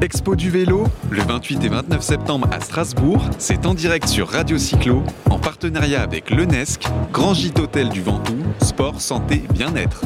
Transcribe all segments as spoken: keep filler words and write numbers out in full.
Expo du vélo, le vingt-huit et vingt-neuf septembre à Strasbourg, c'est en direct sur Radio Cyclo, en partenariat avec l'E N E S C, Grand Gîte Hôtel du Ventoux, sport, santé, bien-être.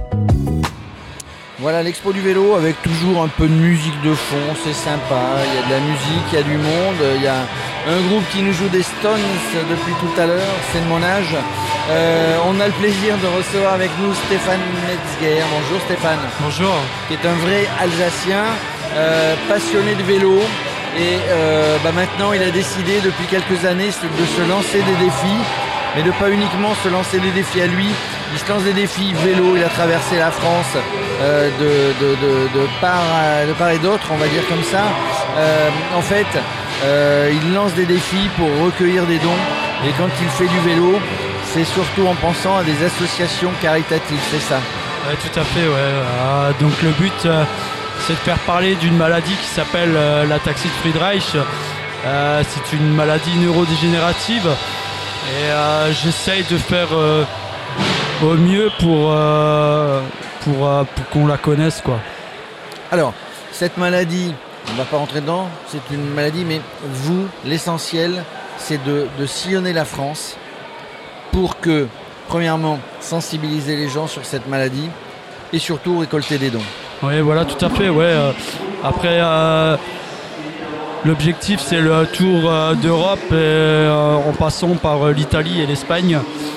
Voilà l'Expo du vélo avec toujours un peu de musique de fond, c'est sympa, il y a de la musique, il y a du monde, il y a un groupe qui nous joue des Stones depuis tout à l'heure, c'est de mon âge. Euh, on a le plaisir de recevoir avec nous Stéphane Metzger. Bonjour Stéphane. Bonjour. Qui est un vrai Alsacien, euh, passionné de vélo et euh, bah maintenant il a décidé depuis quelques années de se lancer des défis, mais de pas uniquement se lancer des défis à lui. Il se lance des défis vélo, il a traversé la France euh, de, de, de, de, part, de part et d'autre, on va dire comme ça. Euh, en fait, euh, il lance des défis pour recueillir des dons. Et quand il fait du vélo, c'est surtout en pensant à des associations caritatives, c'est ça? Ouais, tout à fait, ouais. Euh, donc le but, euh, c'est de faire parler d'une maladie qui s'appelle euh, l'ataxie de Friedreich. Euh, c'est une maladie neurodégénérative. Et euh, j'essaye de faire... Euh, au mieux pour, euh, pour, euh, pour qu'on la connaisse, quoi. Alors, cette maladie, on ne va pas rentrer dedans, c'est une maladie, mais vous, l'essentiel, c'est de, de sillonner la France pour que, premièrement, sensibiliser les gens sur cette maladie et surtout récolter des dons. Oui, voilà, tout à fait, ouais. Euh, après, euh, l'objectif, c'est le tour euh, d'Europe et, euh, en passant par euh, l'Italie et l'Espagne.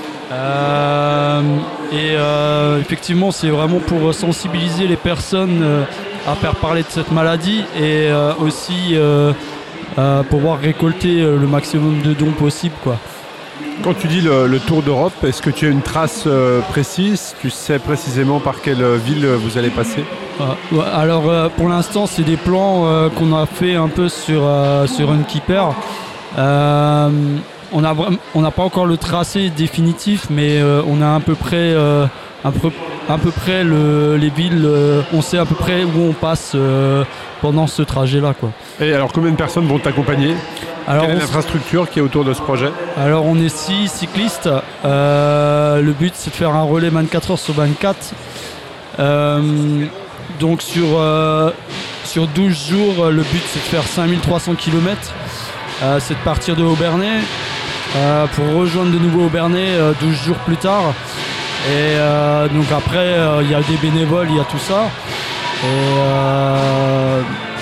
Euh, et euh, effectivement c'est vraiment pour sensibiliser les personnes euh, à faire parler de cette maladie et euh, aussi euh, euh, pouvoir récolter euh, le maximum de dons possible, quoi. Quand tu dis le, le tour d'Europe, est-ce que tu as une trace euh, précise? Tu sais précisément par quelle ville vous allez passer? euh, ouais, Alors euh, pour l'instant c'est des plans euh, qu'on a fait un peu sur, euh, sur Runkeeper. euh, On n'a on n'a pas encore le tracé définitif, mais euh, on a à peu près, euh, à peu, à peu près le, les villes, euh, on sait à peu près où on passe euh, pendant ce trajet-là, quoi. Et alors combien de personnes vont t'accompagner? Alors, Quelle est l'infrastructure qui est autour de ce projet? Alors on est six cyclistes, euh, le but c'est de faire un relais vingt-quatre heures sur vingt-quatre. Euh, donc sur, euh, sur douze jours, le but c'est de faire cinq mille trois cents kilomètres, euh, c'est de partir de Obernai. Euh, pour rejoindre de nouveau Obernai euh, douze jours plus tard. Et euh, donc après, il euh, y a des bénévoles, il y a tout ça. Et, euh,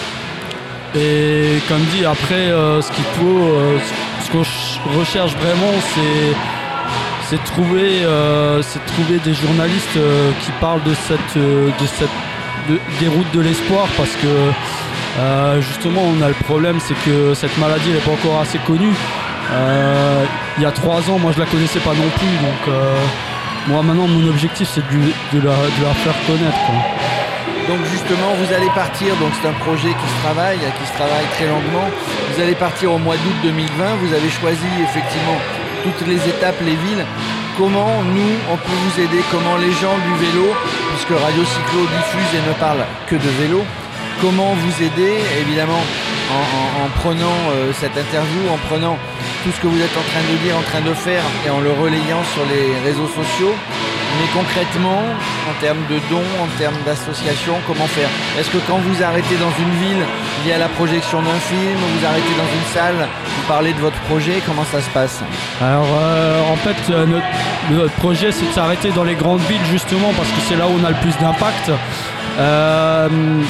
et comme dit, après, euh, ce qu'il faut, euh, ce qu'on ch- recherche vraiment, c'est, c'est, de trouver, euh, c'est de trouver des journalistes euh, qui parlent de cette, euh, de cette, de, des routes de l'espoir, parce que euh, justement, on a le problème, c'est que cette maladie n'est pas encore assez connue. Euh, il y a trois ans, moi je la connaissais pas non plus, donc euh, moi maintenant mon objectif c'est de, de, la, de la faire connaître, quoi. Donc justement vous allez partir, donc c'est un projet qui se travaille, qui se travaille très longuement. Vous allez partir au mois d'août deux mille vingt, vous avez choisi effectivement toutes les étapes, les villes. Comment nous on peut vous aider, comment les gens du vélo, puisque Radio Cyclo diffuse et ne parle que de vélo, comment vous aider, évidemment en, en, en prenant euh, cette interview, en prenant tout ce que vous êtes en train de dire, en train de faire et en le relayant sur les réseaux sociaux. Mais concrètement, en termes de dons, en termes d'associations, comment faire? Est-ce que quand vous arrêtez dans une ville, il y a la projection d'un film, vous arrêtez dans une salle, vous parlez de votre projet, comment ça se passe? Alors euh, en fait, euh, notre, notre projet c'est de s'arrêter dans les grandes villes justement parce que c'est là où on a le plus d'impact. Euh,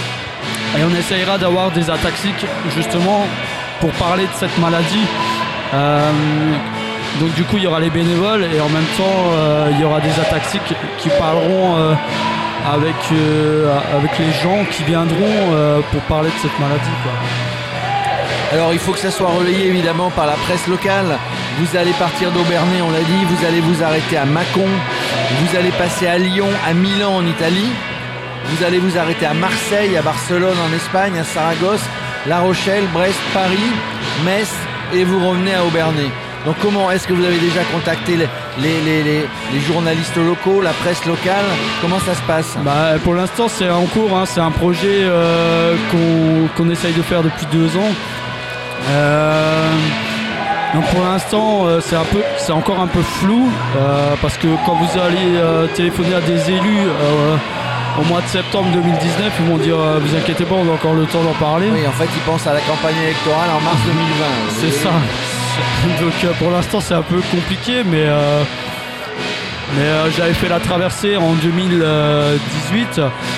et on essayera d'avoir des ataxiques justement pour parler de cette maladie. Euh, donc du coup il y aura les bénévoles et en même temps euh, il y aura des ataxiques qui, qui parleront euh, avec, euh, avec les gens qui viendront euh, pour parler de cette maladie, quoi. Alors il faut que ça soit relayé évidemment par la presse locale. Vous allez partir d'Obernai, on l'a dit, vous allez vous arrêter à Mâcon, vous allez passer à Lyon, à Milan en Italie, vous allez vous arrêter à Marseille, à Barcelone en Espagne, à Saragosse, La Rochelle, Brest, Paris, Metz, et vous revenez à Obernai. Donc comment est-ce que vous avez déjà contacté les, les, les, les, les journalistes locaux, la presse locale? Comment ça se passe? Bah, pour l'instant c'est en cours, hein. C'est un projet euh, qu'on, qu'on essaye de faire depuis deux ans. Euh, donc pour l'instant euh, c'est, un peu, c'est encore un peu flou euh, parce que quand vous allez euh, téléphoner à des élus, euh, au mois de septembre deux mille dix-neuf, ils m'ont dit euh, vous inquiétez pas, on a encore le temps d'en parler. Oui, en fait, ils pensent à la campagne électorale en mars deux mille vingt. C'est Et- ça. Donc euh, pour l'instant c'est un peu compliqué, mais, euh, mais euh, j'avais fait la traversée en deux mille dix-huit.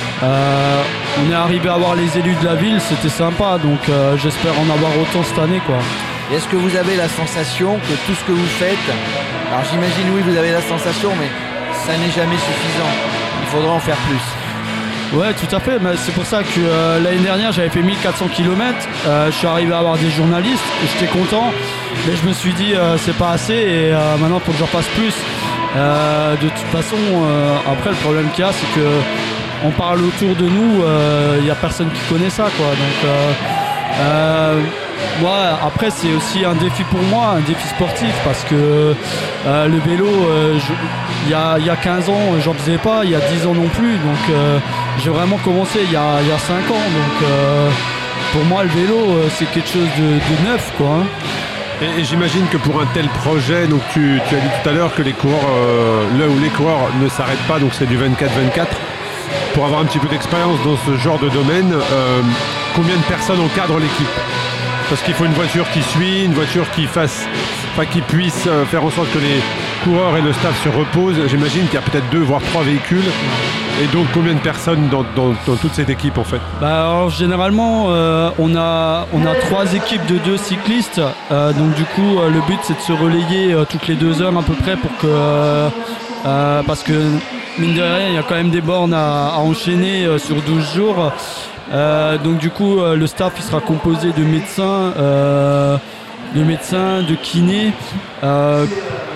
Euh, on est arrivé à voir les élus de la ville, c'était sympa, donc euh, j'espère en avoir autant cette année, quoi. Et est-ce que vous avez la sensation que tout ce que vous faites, alors j'imagine oui vous avez la sensation, mais ça n'est jamais suffisant, il faudra en faire plus. Ouais, tout à fait, mais c'est pour ça que euh, l'année dernière j'avais fait mille quatre cents kilomètres, euh, je suis arrivé à avoir des journalistes et j'étais content, mais je me suis dit euh, c'est pas assez et euh, maintenant il faut que j'en fasse plus. Euh, de toute façon, euh, après le problème qu'il y a c'est que on parle autour de nous, il n'y a personne qui connaît ça, quoi. Donc euh, euh, moi, après c'est aussi un défi pour moi, un défi sportif, parce que euh, le vélo, euh, je- il y, a, il y a quinze ans j'en faisais pas, il y a dix ans non plus, donc euh, j'ai vraiment commencé il y a, il y a cinq ans, donc euh, pour moi le vélo euh, c'est quelque chose de, de neuf, quoi, hein. Et, et j'imagine que pour un tel projet, donc tu, tu as dit tout à l'heure que les coureurs, euh, là où les coureurs ne s'arrêtent pas, donc c'est du vingt-quatre vingt-quatre. Pour avoir un petit peu d'expérience dans ce genre de domaine, euh, combien de personnes encadrent l'équipe? Parce qu'il faut une voiture qui suit, une voiture qui fasse, enfin qui puisse euh, faire en sorte que les coureurs et le staff se reposent. J'imagine qu'il y a peut-être deux voire trois véhicules. Et donc combien de personnes dans, dans- dans toute cette équipe en fait? Bah, alors, généralement euh, on, a, on a trois équipes de deux cyclistes, euh, donc du coup euh, le but c'est de se relayer euh, toutes les deux heures à peu près pour que euh, euh, parce que mine de rien il y a quand même des bornes à, à enchaîner euh, sur douze jours. Euh, donc du coup euh, le staff il sera composé de médecins, euh, de médecins, de kinés. Euh,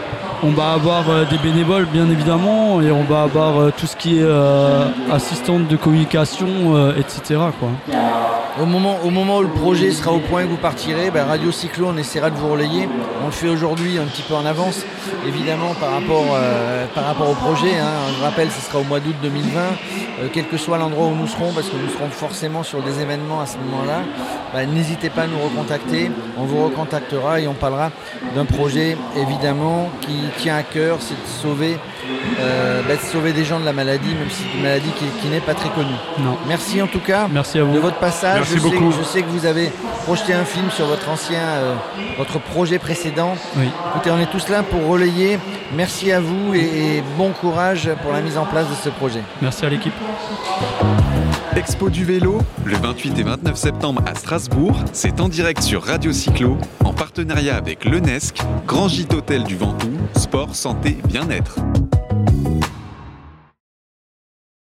on va avoir euh, des bénévoles bien évidemment et on va avoir euh, tout ce qui est euh, assistante de communication, euh, et cetera, quoi. Au moment, au moment où le projet sera au point que vous partirez, ben, Radio Cyclo, on essaiera de vous relayer. On le fait aujourd'hui un petit peu en avance, évidemment par rapport, euh, par rapport au projet, hein. Je rappelle, ce sera au mois d'août deux mille vingt, euh, quel que soit l'endroit où nous serons, parce que nous serons forcément sur des événements à ce moment-là. Ben, n'hésitez pas à nous recontacter, on vous recontactera et on parlera d'un projet évidemment qui tient à cœur, c'est de sauver, euh, ben, de sauver des gens de la maladie, même si c'est une maladie qui, qui n'est pas très connue. Non. Merci en tout cas Merci à vous. de votre passage. Merci je, sais, beaucoup. que- je sais que vous avez projeté un film sur votre ancien, euh, votre projet précédent. Oui. Écoutez, on est tous là pour relayer. Merci à vous et, et bon courage pour la mise en place de ce projet. Merci à l'équipe. Expo du vélo, le vingt-huit et vingt-neuf septembre à Strasbourg, c'est en direct sur Radio Cyclo, en partenariat avec l'E N E S C, Grand Gîte Hôtel du Ventoux, sport, santé, bien-être.